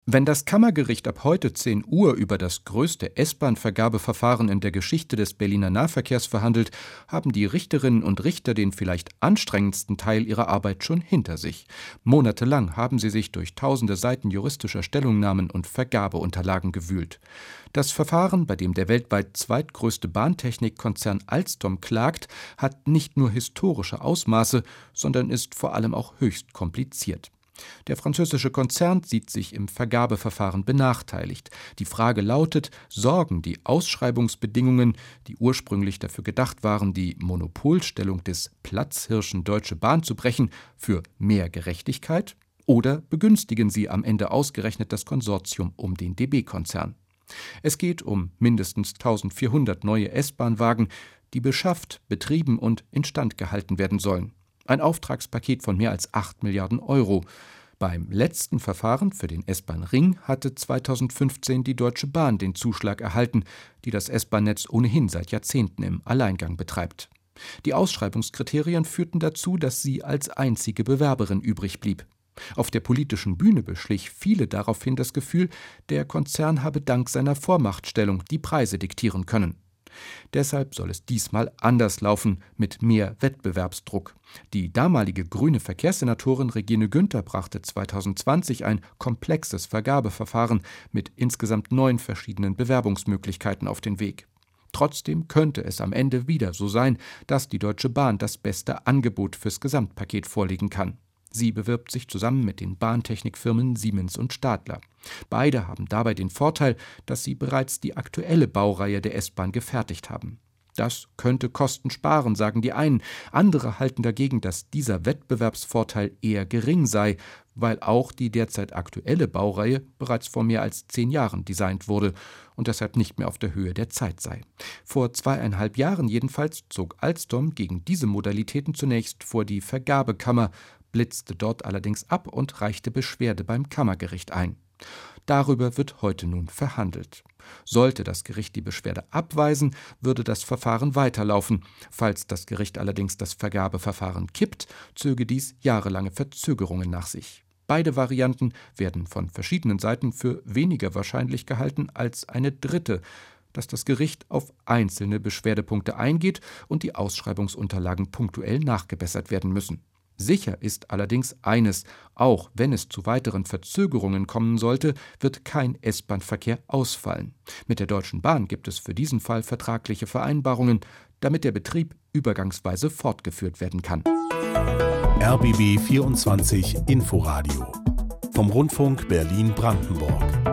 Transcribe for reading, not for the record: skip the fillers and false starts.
Wenn das Kammergericht ab heute 10 Uhr über das größte S-Bahn-Vergabeverfahren in der Geschichte des Berliner Nahverkehrs verhandelt, haben die Richterinnen und Richter den vielleicht anstrengendsten Teil ihrer Arbeit schon hinter sich. Monatelang haben sie sich durch tausende Seiten juristischer Stellungnahmen und Vergabeunterlagen gewühlt. Das Verfahren, bei dem der weltweit zweitgrößte Bahntechnikkonzern Alstom klagt, hat nicht nur historische Ausmaße, sondern ist vor allem auch höchst kompliziert. Der französische Konzern sieht sich im Vergabeverfahren benachteiligt. Die Frage lautet: Sorgen die Ausschreibungsbedingungen, die ursprünglich dafür gedacht waren, die Monopolstellung des Platzhirschen Deutsche Bahn zu brechen, für mehr Gerechtigkeit? Oder begünstigen sie am Ende ausgerechnet das Konsortium um den DB-Konzern? Es geht um mindestens 1400 neue S-Bahn-Wagen, die beschafft, betrieben und instand gehalten werden sollen. Ein Auftragspaket von mehr als 8 Milliarden Euro. Beim letzten Verfahren für den S-Bahn-Ring hatte 2015 die Deutsche Bahn den Zuschlag erhalten, die das S-Bahn-Netz ohnehin seit Jahrzehnten im Alleingang betreibt. Die Ausschreibungskriterien führten dazu, dass sie als einzige Bewerberin übrig blieb. Auf der politischen Bühne beschlich viele daraufhin das Gefühl, der Konzern habe dank seiner Vormachtstellung die Preise diktieren können. Deshalb soll es diesmal anders laufen, mit mehr Wettbewerbsdruck. Die damalige grüne Verkehrssenatorin Regine Günther brachte 2020 ein komplexes Vergabeverfahren mit insgesamt 9 verschiedenen Bewerbungsmöglichkeiten auf den Weg. Trotzdem könnte es am Ende wieder so sein, dass die Deutsche Bahn das beste Angebot fürs Gesamtpaket vorlegen kann. Sie bewirbt sich zusammen mit den Bahntechnikfirmen Siemens und Stadler. Beide haben dabei den Vorteil, dass sie bereits die aktuelle Baureihe der S-Bahn gefertigt haben. Das könnte Kosten sparen, sagen die einen. Andere halten dagegen, dass dieser Wettbewerbsvorteil eher gering sei, weil auch die derzeit aktuelle Baureihe bereits vor mehr als 10 Jahren designt wurde und deshalb nicht mehr auf der Höhe der Zeit sei. Vor 2,5 Jahren jedenfalls zog Alstom gegen diese Modalitäten zunächst vor die Vergabekammer, blitzte dort allerdings ab und reichte Beschwerde beim Kammergericht ein. Darüber wird heute nun verhandelt. Sollte das Gericht die Beschwerde abweisen, würde das Verfahren weiterlaufen. Falls das Gericht allerdings das Vergabeverfahren kippt, zöge dies jahrelange Verzögerungen nach sich. Beide Varianten werden von verschiedenen Seiten für weniger wahrscheinlich gehalten als eine dritte, dass das Gericht auf einzelne Beschwerdepunkte eingeht und die Ausschreibungsunterlagen punktuell nachgebessert werden müssen. Sicher ist allerdings eines: Auch wenn es zu weiteren Verzögerungen kommen sollte, wird kein S-Bahn-Verkehr ausfallen. Mit der Deutschen Bahn gibt es für diesen Fall vertragliche Vereinbarungen, damit der Betrieb übergangsweise fortgeführt werden kann. RBB 24 Inforadio vom Rundfunk Berlin-Brandenburg.